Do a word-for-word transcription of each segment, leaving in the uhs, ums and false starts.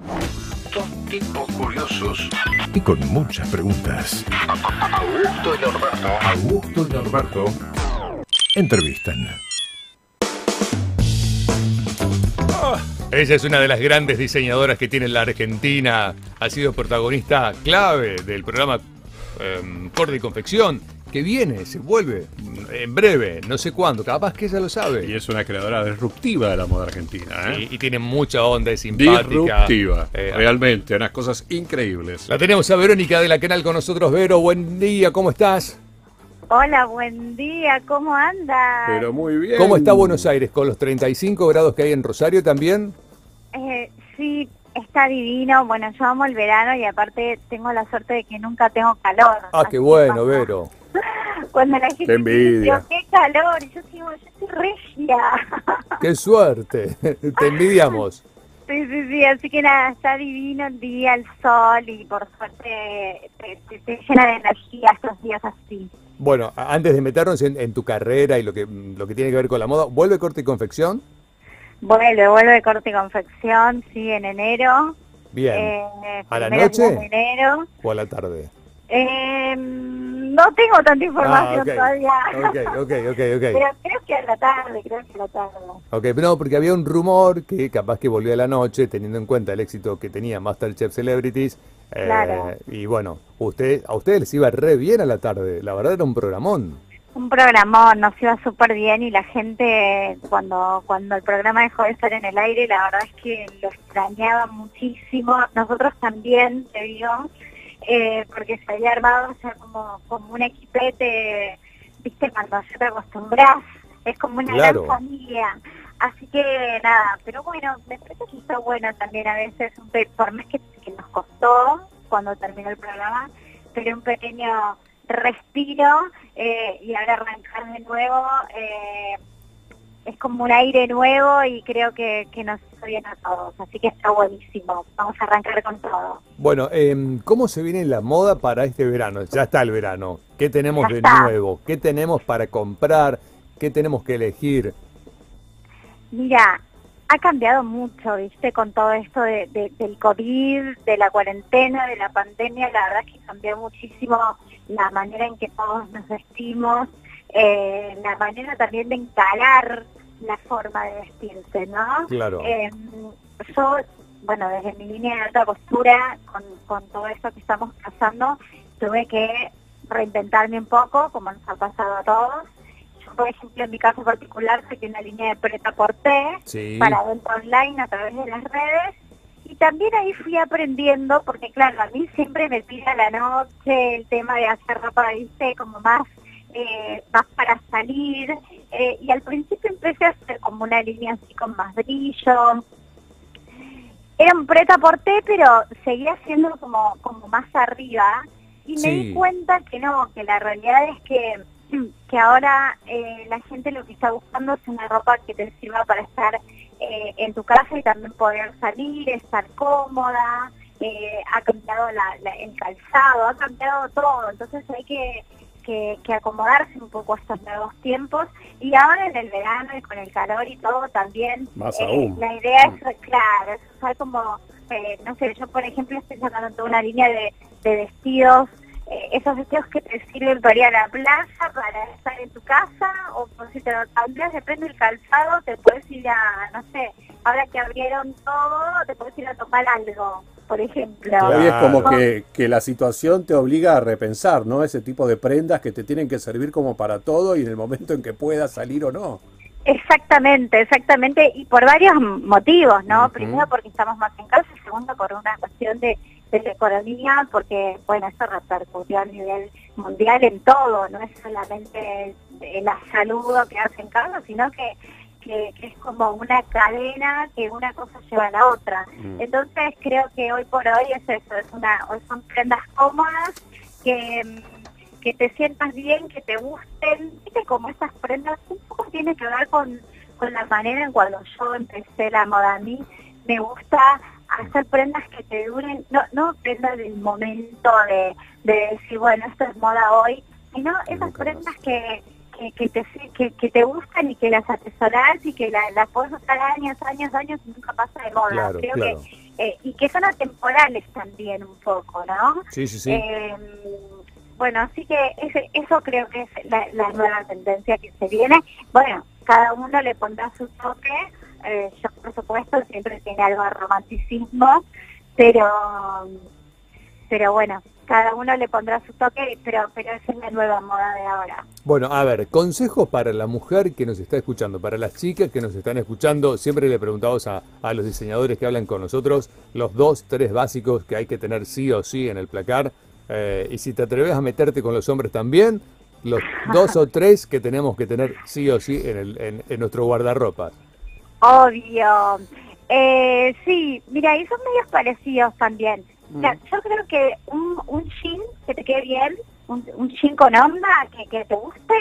Dos tipos curiosos y con muchas preguntas. Augusto y Norberto. Augusto y Norberto entrevistan. Oh, ella es una de las grandes diseñadoras que tiene la Argentina. Ha sido protagonista clave del programa eh, Corte y Confección, que viene, se vuelve en breve, no sé cuándo, capaz que ella lo sabe. Y es una creadora disruptiva de la moda argentina, ¿eh? Y, y tiene mucha onda, es simpática. Disruptiva, eh, realmente, unas cosas increíbles. La tenemos a Verónica de la Canal con nosotros. Vero, buen día, ¿cómo estás? Hola, buen día, ¿cómo andas? Pero muy bien. ¿Cómo está Buenos Aires con los treinta y cinco grados que hay en Rosario también? Eh, sí, está divino. Bueno, yo amo el verano y aparte tengo la suerte de que nunca tengo calor. Ah, qué bueno, Vero. Cuando la gente Qué envidia. dice, qué calor, y yo digo, yo estoy regia. Qué suerte, te envidiamos. Sí, sí, sí, así que nada, está divino el día, el sol y por suerte te, te, te llena de energía estos días así. Bueno, antes de meternos en, en tu carrera y lo que lo que tiene que ver con la moda, ¿vuelve Corte y Confección? Vuelve, vuelve Corte y Confección, sí, en enero. Bien. Eh, ¿A la primeros días noche de enero. o a la tarde? Eh, no tengo tanta información Ah, okay. todavía. Ok, ok, ok, ok. Pero creo que a la tarde, creo que a la tarde. Ok, no, porque había un rumor que capaz que volvía a la noche, teniendo en cuenta el éxito que tenía MasterChef Celebrities. Eh, Claro. Y bueno, usted, a ustedes les iba re bien a la tarde, la verdad era un programón. Un programón, nos iba súper bien y la gente cuando cuando el programa dejó de estar en el aire, la verdad es que lo extrañaba muchísimo. Nosotros también, te digo, eh, porque se había armado ya como, como un equipete, viste, cuando ya te acostumbras, es como una Claro. gran familia. Así que nada, pero bueno, me parece que está bueno también a veces, un pe por más que, que nos costó cuando terminó el programa, pero un pequeño respiro eh, y ahora arrancar de nuevo eh, es como un aire nuevo y creo que, que nos hizo bien a todos, así que está buenísimo, vamos a arrancar con todo. Bueno, eh, ¿cómo se viene la moda para este verano? Ya está el verano. ¿Qué tenemos Ya de está. nuevo? ¿Qué tenemos para comprar? ¿Qué tenemos que elegir? Mira, ha cambiado mucho, viste, con todo esto de, de, del COVID, de la cuarentena, de la pandemia, la verdad es que cambió muchísimo la manera en que todos nos vestimos, eh, la manera también de encarar la forma de vestirse, ¿no? Claro. Eh, yo, bueno, desde mi línea de alta costura, con, con todo esto que estamos pasando, tuve que reinventarme un poco, como nos ha pasado a todos. Por ejemplo, en mi caso particular, saqué una línea de prêt-à-porter Sí. para venta online a través de las redes. Y también ahí fui aprendiendo, porque claro, a mí siempre me pide la noche el tema de hacer ropa, viste, como más, eh, más para salir. Eh, y al principio empecé a hacer como una línea así con más brillo. Era un prêt-à-porter, pero seguía siendo como, como más arriba. Y me Sí. di cuenta que no, que la realidad es que que ahora eh, la gente lo que está buscando es una ropa que te sirva para estar eh, en tu casa y también poder salir, estar cómoda, eh, ha cambiado la, la, el calzado, ha cambiado todo, entonces hay que, que, que acomodarse un poco a estos nuevos tiempos y ahora en el verano y con el calor y todo también, Más eh, aún. la idea es, claro, es usar como, eh, no sé, yo por ejemplo estoy sacando toda una línea de, de vestidos, Eh, esos vestidos que te sirven para ir a la plaza, para estar en tu casa, o por si te lo cambias, depende del calzado, te puedes ir a, no sé, ahora que abrieron todo, te puedes ir a tomar algo, por ejemplo. Claro. Hoy es como que, que la situación te obliga a repensar, ¿no? Ese tipo de prendas que te tienen que servir como para todo y en el momento en que puedas salir o no. Exactamente, exactamente, y por varios motivos, ¿no? Ujú. Primero porque estamos más en casa, segundo por una cuestión de, de la economía, porque, bueno, eso repercutió a nivel mundial en todo, no es solamente la salud que hace en casa, sino que, que, que es como una cadena que una cosa lleva a la otra. Mm. Entonces creo que hoy por hoy es eso, es una, son prendas cómodas que... que te sientas bien, que te gusten, viste como esas prendas, un poco tiene que ver con, con la manera en cuando yo empecé la moda. A mí me gusta hacer prendas que te duren, no no prendas del momento de, de decir, bueno, esto es moda hoy, sino esas Nunca prendas más. que, que, que, te, que, que te gustan y que las atesorás y que la, las puedes usar años, años, años y nunca pasa de moda. Claro, Creo claro. que eh, y que son atemporales también un poco, ¿no? Sí, sí, sí. Eh, bueno, así que ese, eso creo que es la, la nueva tendencia que se viene. Bueno, cada uno le pondrá su toque. Eh, yo, por supuesto, siempre tiene algo de romanticismo, pero pero bueno, cada uno le pondrá su toque, pero pero esa es la nueva moda de ahora. Bueno, a ver, consejos para la mujer que nos está escuchando, para las chicas que nos están escuchando. Siempre le preguntamos a, a los diseñadores que hablan con nosotros los dos, tres básicos que hay que tener sí o sí en el placar. Eh, y si te atreves a meterte con los hombres también, los dos o tres que tenemos que tener sí o sí en, el, en, en nuestro guardarropa. Obvio. Eh, sí, mira, y son medios parecidos también. O sea, yo creo que un, un jean que te quede bien, un, un jean con onda, que, que te guste,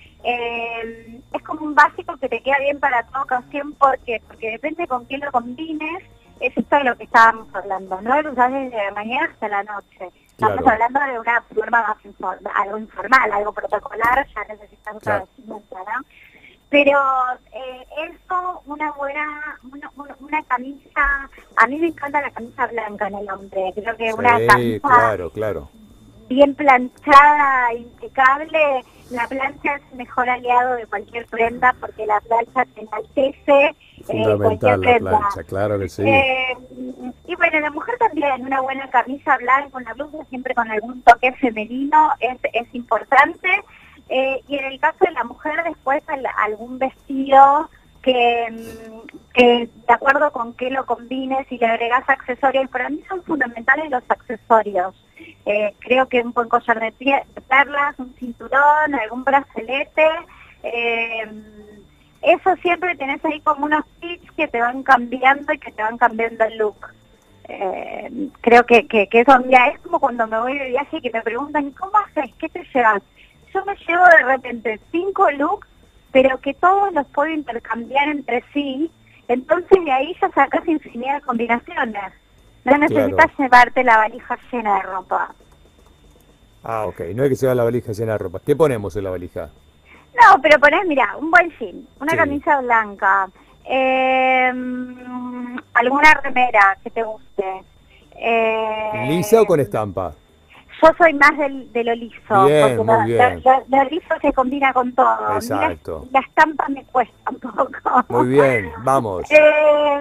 eh, es como un básico que te queda bien para toda ocasión. ¿Por qué? Porque depende con quién lo combines. Es esto de lo que estábamos hablando, no lo usás desde la mañana hasta la noche. Estamos Claro. hablando de una forma más informal, algo informal, algo protocolar, ya necesitas otra Claro. vestimenta, ¿no? Pero eh, eso, una buena, una, una, una camisa, a mí me encanta la camisa blanca en el hombre, creo que una Sí, camisa claro, claro. bien planchada, impecable, la plancha es el mejor aliado de cualquier prenda porque la plancha te enaltece eh, Fundamental cualquier la prenda. plancha, claro que sí. Eh, y bueno, la mujer también, una buena camisa blanca, una blusa siempre con algún toque femenino es, es importante. Eh, y en el caso de la mujer después al, algún vestido que, que de acuerdo con qué lo combines y le agregas accesorios, para mí son fundamentales los accesorios. Eh, creo que un buen collar de, pie, de perlas, un cinturón, algún brazalete, eh, eso siempre tenés ahí como unos tips que te van cambiando y que te van cambiando el look. Eh, creo que, que, que eso, mira, es como cuando me voy de viaje y que me preguntan, ¿cómo haces? ¿Qué te llevas? Yo me llevo de repente cinco looks, pero que todos los puedo intercambiar entre sí, entonces de ahí ya sacas infinidad de combinaciones. No necesitas Claro. llevarte la valija llena de ropa. Ah, ok. No hay que llevar la valija llena de ropa. ¿Qué ponemos en la valija? No, pero ponés, mira, un buen jean, una Sí. camisa blanca, eh, alguna remera que te guste. Eh, ¿Lisa o con estampa? Yo soy más del, de lo liso, Bien, porque muy lo, bien. lo- lo- lo liso se combina con todo. Exacto. La, la estampa me cuesta un poco. Muy bien, vamos. Eh,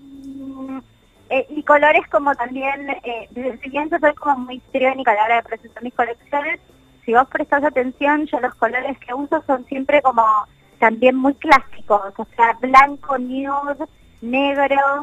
eh, y colores como también, eh, si bien yo soy como muy histriónica a la hora de presentar mis colecciones, si vos prestás atención, yo los colores que uso son siempre como también muy clásicos, o sea, blanco, nude, negro,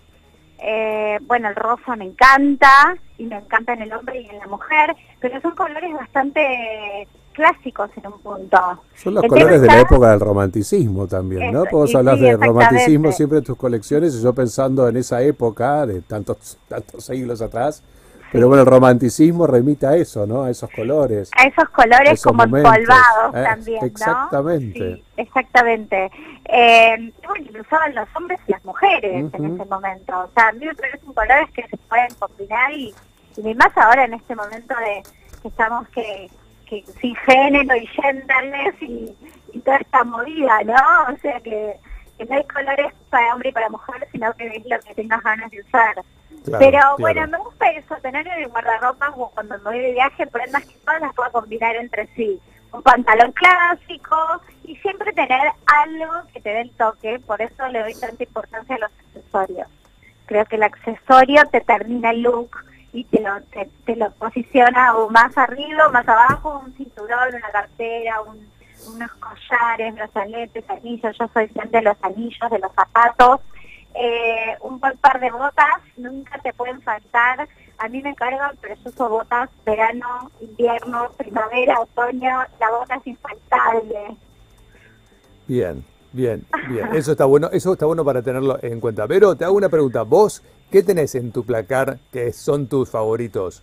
eh, bueno, el rosa me encanta, y me encanta en el hombre y en la mujer, pero son colores bastante clásicos en un punto. Son los El colores tema de la está- época del romanticismo también, ¿no? Eso, Porque vos y hablas sí, de romanticismo exactamente. siempre en tus colecciones y yo pensando en esa época de tantos tantos siglos atrás. Pero bueno, el romanticismo remite a eso, ¿no? A esos colores. A esos colores Esos como momentos, empolvados eh, también, ¿no? exactamente. Sí, exactamente. Eh, y bueno, y lo usaban los hombres y las mujeres en Ujú. ese momento. O sea, a mí me parecen colores que se pueden combinar y, y más ahora en este momento de que estamos que, que sin género y genderless y, y toda esta movida, ¿no? O sea, que, que no hay colores para hombre y para mujer, sino que es lo que tengas ganas de usar. Claro, Pero claro. bueno, me gusta eso, tener en el guardarropa o cuando me voy de viaje, prendas que todas las puedo combinar entre sí. Un pantalón clásico y siempre tener algo que te dé el toque, por eso le doy tanta importancia a los accesorios. Creo que el accesorio te termina el look y te lo, te, te lo posiciona o más arriba o más abajo, un cinturón, una cartera, un, unos collares, brazaletes, anillos. Yo soy fan de los anillos, de los zapatos. Eh, un buen par de botas nunca te pueden faltar. A mí me cargan, pero yo uso botas verano, invierno, primavera, otoño. La bota es infaltable. Bien, bien, bien. Eso está bueno, eso está bueno para tenerlo en cuenta. Pero te hago una pregunta. ¿Vos qué tenés en tu placar que son tus favoritos?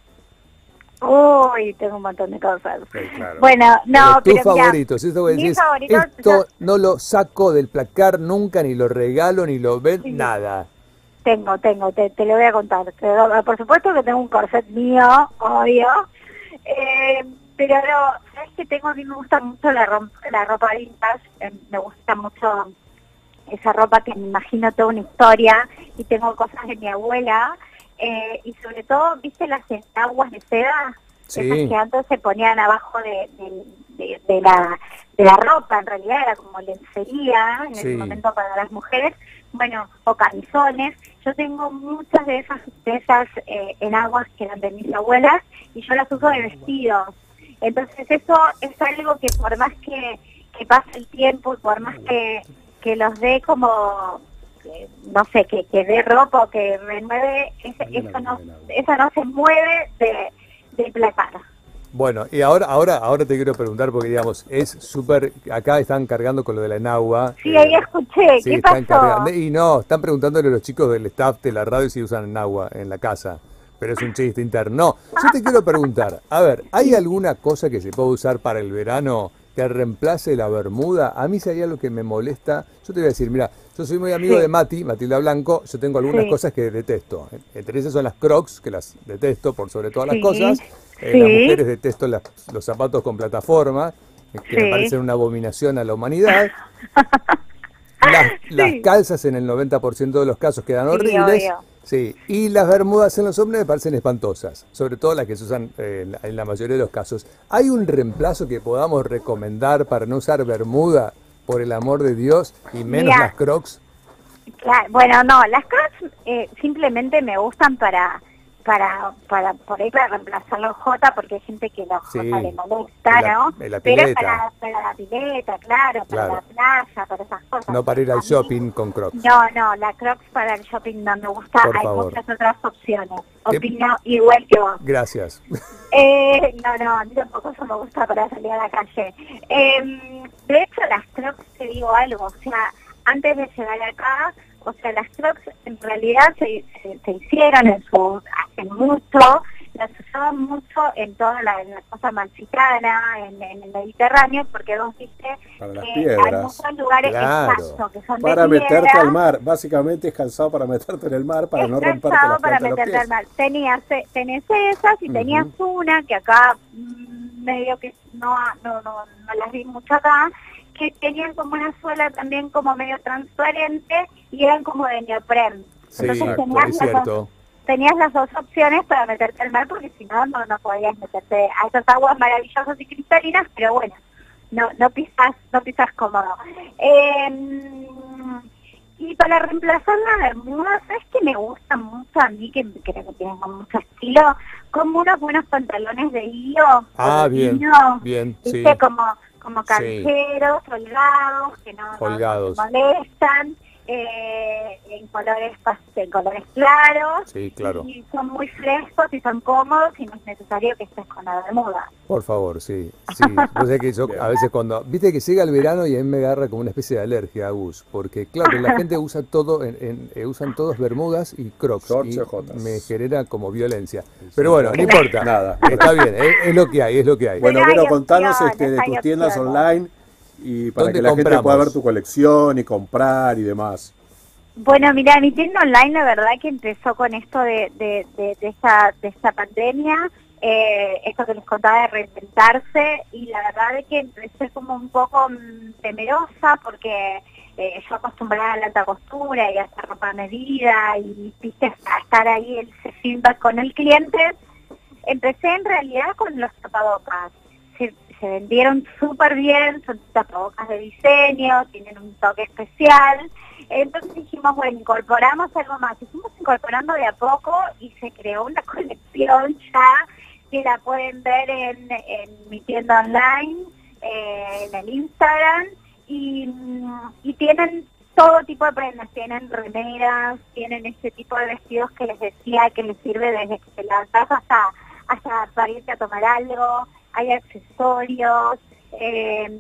Uy, tengo un montón de cosas. Sí, claro. Bueno, no, Pero tus pero mira, favoritos, esto que mis decís, favoritos, esto yo- no lo saco del placar nunca, ni lo regalo, ni lo ven, Sí. nada. Tengo, tengo, te, te lo voy a contar. Te- por supuesto que tengo un corset mío, obvio. Eh, pero no, sabes que tengo, a mí me gusta mucho la, rom- la ropa vintage, eh, me gusta mucho esa ropa que me imagino toda una historia, y tengo cosas de mi abuela, eh, y sobre todo, ¿viste las enaguas de seda? Sí. Esas que antes se ponían abajo de, de, de, de la, de la ropa, en realidad era como lencería en Sí. ese momento para las mujeres, bueno, o camisones. Yo tengo muchas de esas de esas eh, enaguas que eran de mis abuelas y yo las uso de vestidos. Entonces eso es algo que por más que, que pase el tiempo y por más que, que los dé como, que, no sé, que, que dé ropa o que renueve, ese- eso no, eso no se mueve de, de placar. Bueno, y ahora, ahora, ahora te quiero preguntar porque digamos, es súper, acá están cargando con lo de la enagua. Sí, eh, ahí escuché, sí, ¿qué están pasó? cargando. Y no, están preguntándole a los chicos del staff de la radio si usan enagua en la casa. Pero es un chiste interno. No, yo te quiero preguntar, a ver, ¿hay alguna cosa que se pueda usar para el verano que reemplace la bermuda? A mí si hay algo que me molesta, yo te voy a decir, mira, yo soy muy amigo Sí. de Mati, Matilda Blanco, yo tengo algunas Sí. cosas que detesto. Entre esas son las Crocs, que las detesto por sobre todas Sí. las cosas. Eh, Sí. Las mujeres detesto las- los zapatos con plataforma, eh, que me Sí. parecen una abominación a la humanidad. Las, las Sí. calzas en el noventa por ciento de los casos quedan Sí, horribles. obvio. Sí, y las bermudas en los hombres me parecen espantosas, sobre todo las que se usan eh, en la- en la mayoría de los casos. ¿Hay un reemplazo que podamos recomendar para no usar bermuda, por el amor de Dios, y menos Mira. las Crocs? Claro, bueno, no, las Crocs eh, simplemente me gustan para para para por ahí para reemplazar los J, porque hay gente que los Sí, J le molesta, en la- ¿no? en la Pero pileta. para, para la pileta, claro, para Claro. la playa, para esas cosas. No para ir A al mí- shopping con Crocs. No, no, la Crocs para el shopping no me gusta, Por hay favor. muchas otras opciones. ¿Qué? Opino igual que vos. Gracias. Eh, no, no, a mí tampoco eso me gusta para salir a la calle. Eh, de hecho, las Crocs, te digo algo, o sea, antes de llegar acá, o sea, las Crocs en realidad se, se, se hicieron en su, hace mucho, las usaban mucho en toda la, en la costa mexicana, en, en el Mediterráneo, porque vos viste Para las que piedras. hay muchos lugares Claro. exactos que son Para de meterte piedra. al mar. Básicamente es calzado para meterte en el mar, para Es no romperte calzado las para plantas de los meterte al pies. mar. Tenías, eh, tenés esas y tenías una que acá mm, medio que no, no, no, no las vi mucho acá, que tenían como una suela también como medio transparente y eran como de neopren. Sí, Entonces exacto, tenías es las cierto. dos- tenías las dos opciones para meterte al mar, porque si no, no, no podías meterte a esas aguas maravillosas y cristalinas, pero bueno, no, no pisas, no pisas cómodo. Eh, y para reemplazar la bermuda, ¿sabes que me gusta mucho a mí, que creo que tienen como mucho estilo? Como unos buenos pantalones de hilo. Ah, o de bien, lino, bien, ¿viste? sí. Como, como Sí. cancheros, holgados, que no, no- Holgados. no te molestan. Eh, en colores pas- en colores claros, Sí, claro. y son muy frescos y son cómodos y no es necesario que estés con la bermuda. Por favor, sí. Sí, vos sabés que yo a veces cuando, viste que llega el verano y a mí me agarra como una especie de alergia, Gus, porque claro, la gente usa todo, en, en- eh, usan todos bermudas y crocs, Shorts y y jotas. me genera como violencia. Pero bueno, no importa. Nada. Está bien, es, es lo que hay, es lo que hay. Bueno, Pero hay Vero, contanos opciones, este, de hay tus tiendas opciones. online y para ¿Dónde que la gente compramos? pueda ver tu colección y comprar y demás. Bueno, mira, mi tienda online la verdad que empezó con esto de, de, de, de esta, de esta pandemia, eh, esto que les contaba de reinventarse, y la verdad es que empecé como un poco mm, temerosa porque eh, yo acostumbrada a la alta costura y a hacer ropa a medida y viste a estar ahí el ese feedback con el cliente. Empecé en realidad con los tapabocas. Se, se vendieron súper bien, son tapabocas de diseño, tienen un toque especial. Entonces dijimos, bueno, incorporamos algo más. Y fuimos incorporando de a poco y se creó una colección ya que la pueden ver en, en mi tienda online, eh, en el Instagram, y, mm, y tienen todo tipo de prendas, tienen remeras, tienen este tipo de vestidos que les decía que les sirve desde que te levantás hasta, hasta para irte a tomar algo, hay accesorios, eh,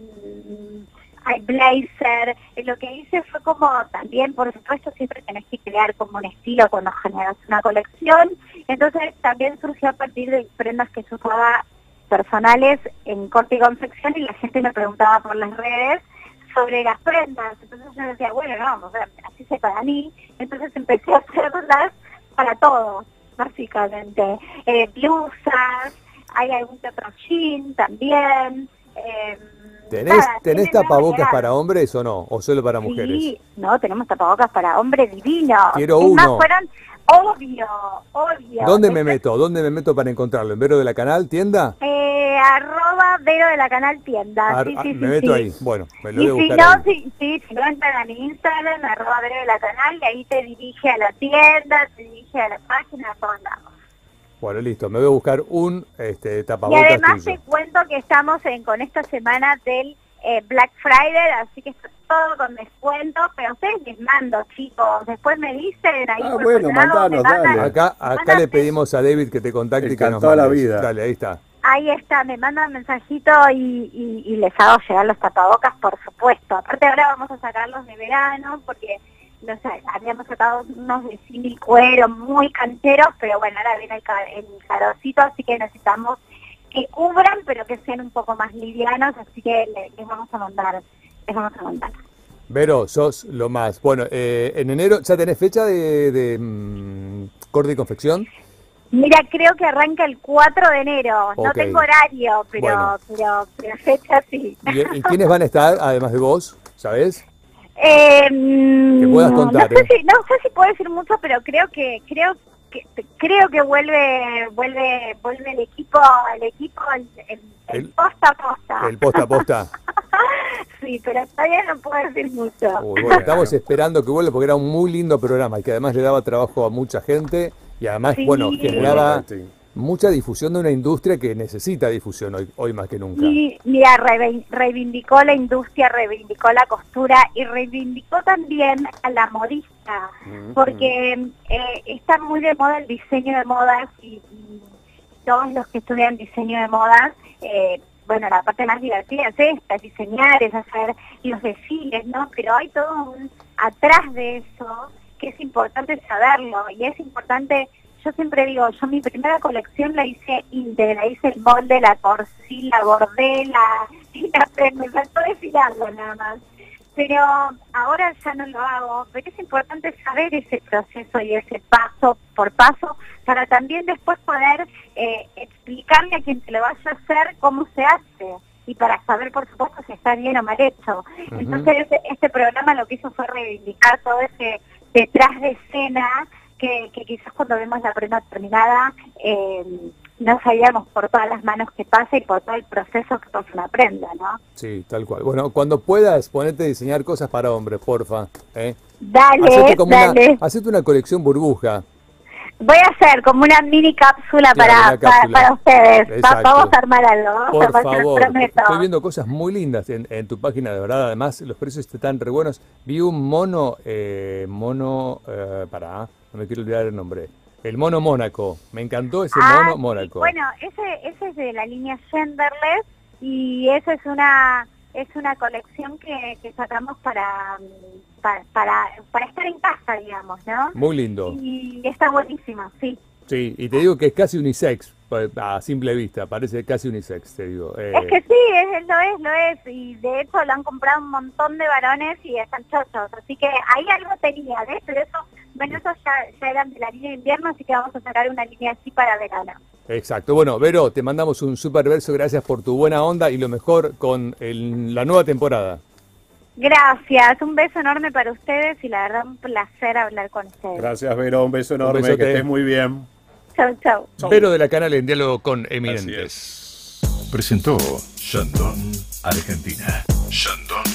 hay blazer. Eh, Lo que hice fue como también, por supuesto, siempre tenés que crear como un estilo cuando generas una colección. Entonces también surgió a partir de prendas que yo usaba personales en corte y confección y la gente me preguntaba por las redes sobre las prendas. Entonces yo decía, bueno, no, o sea, así se para mí. Entonces empecé a hacerlas para todos, básicamente. Eh, blusas, hay algún que otro jean también. Eh, ¿Tenés, nada, ¿tenés tienen tapabocas variedad. para hombres o no? ¿O solo para mujeres? Sí, no, tenemos tapabocas para hombres divinos. Quiero Es más, uno. fueron, obvio, obvio. ¿Dónde me Después, meto? ¿Dónde me meto para encontrarlo? ¿En Vero de la Canal, tienda? Eh, arroba Vero de la Canal Tienda. Ar- sí, ah, sí, me sí, meto sí. ahí. Bueno, me lo Y voy a si buscar no, ahí. sí, sí, si no entran a mi Instagram, arroba Vero de la Canal, y ahí te dirige a la tienda, te dirige a la página, a todos lados. Bueno, listo. Me voy a buscar un este, Y tapabocas además tuyo. te cuento que estamos en, con esta semana del eh, Black Friday, así que está todo con descuento, pero a ustedes les mando, chicos. Después me dicen ahí Ah, por bueno, privado, me mandanos, mandan- dale. Acá, me acá mandan le pedimos a David que te contacte y que nos Encantado la mandes. vida. Dale, ahí está. Ahí está, me mandan mensajito y, y, y les hago llegar los tapabocas, por supuesto. Aparte ahora vamos a sacarlos de verano porque los habíamos sacado unos de símil cuero muy cancheros, pero bueno, ahora viene el, ca- el calorcito, así que necesitamos que cubran, pero que sean un poco más livianos, así que le- les vamos a mandar, les vamos a mandar. Vero, sos lo más. Bueno, eh, en enero, ¿ya tenés fecha de, de mm, corte y confección? Mira, creo que arranca el cuatro de enero, no Ok. tengo horario, pero, Bueno. pero, pero fecha sí. ¿Y, y quiénes van a estar, además de vos? ¿Sabés? Eh, Que puedas contar, no sé, ¿eh? si, no sé si puedo decir mucho, pero creo que creo que creo que vuelve vuelve vuelve el equipo el equipo el, el, el El- posta a posta. El posta a posta. Sí, pero todavía no puedo decir mucho. Uy, bueno, estamos esperando que vuelva porque era un muy lindo programa y que además le daba trabajo a mucha gente y además, Sí. bueno, generaba Sí. mucha difusión de una industria que necesita difusión hoy, hoy más que nunca. Y mira, reve- reivindicó la industria, reivindicó la costura y reivindicó también a la modista, porque eh, está muy de moda el diseño de modas y, y todos los que estudian diseño de modas, eh, bueno, la parte más divertida es esta, es diseñar, es hacer los desfiles, ¿no? Pero hay todo un atrás de eso que es importante saberlo y es importante. Yo siempre digo, yo mi primera colección la hice íntegra, hice el molde, la corsí, la bordé, la, y la me faltó desfilarlo nada más. Pero ahora ya no lo hago, pero es importante saber ese proceso y ese paso por paso para también después poder eh, explicarle a quien te lo vaya a hacer cómo se hace y para saber, por supuesto, si está bien o mal hecho. Ujú. Entonces este, este programa lo que hizo fue reivindicar todo ese detrás de escena que, que quizás cuando vemos la prenda terminada eh, no sabíamos por todas las manos que pasa y por todo el proceso que pasa una prenda, ¿no? Sí, tal cual. Bueno, cuando puedas, ponete a diseñar cosas para hombres, porfa. ¿eh? Dale, Hacete, como dale. Una, hacete una colección burbuja. Voy a hacer como una mini cápsula Claro, para, una cápsula. para, para ustedes. Va- Exacto. vamos a armar algo, vamos a Por armar, te lo favor, prometo. estoy viendo cosas muy lindas en, en tu página, de verdad. Además, los precios están re buenos. Vi un mono, eh, mono, eh, pará, no me quiero olvidar el nombre. El mono Mónaco. Me encantó ese Ah, mono sí, Mónaco. bueno, ese, ese es de la línea Genderless y esa es una es una colección que, que sacamos para, para, para, para estar en casa, digamos, ¿no? Muy lindo. Y está buenísima, sí. Sí, y te digo que es casi unisex, a simple vista, parece casi unisex, te digo. Eh, Es que sí, es, lo es, lo es, y de hecho lo han comprado un montón de varones y están chochos, así que ahí algo tenía, ¿ves? Pero eso, bueno, esos ya, ya eran de la línea de invierno, así que vamos a sacar una línea así para verano. Exacto. Bueno, Vero, te mandamos un super verso, gracias por tu buena onda y lo mejor con el- la nueva temporada. Gracias, un beso enorme para ustedes y la verdad un placer hablar con ustedes. Gracias, Vero. Un beso enorme. besote. Que estés muy bien. Chau, chau. Vero de la Canal en diálogo con Así eminentes. Presentó Shandong, Argentina. Shandong.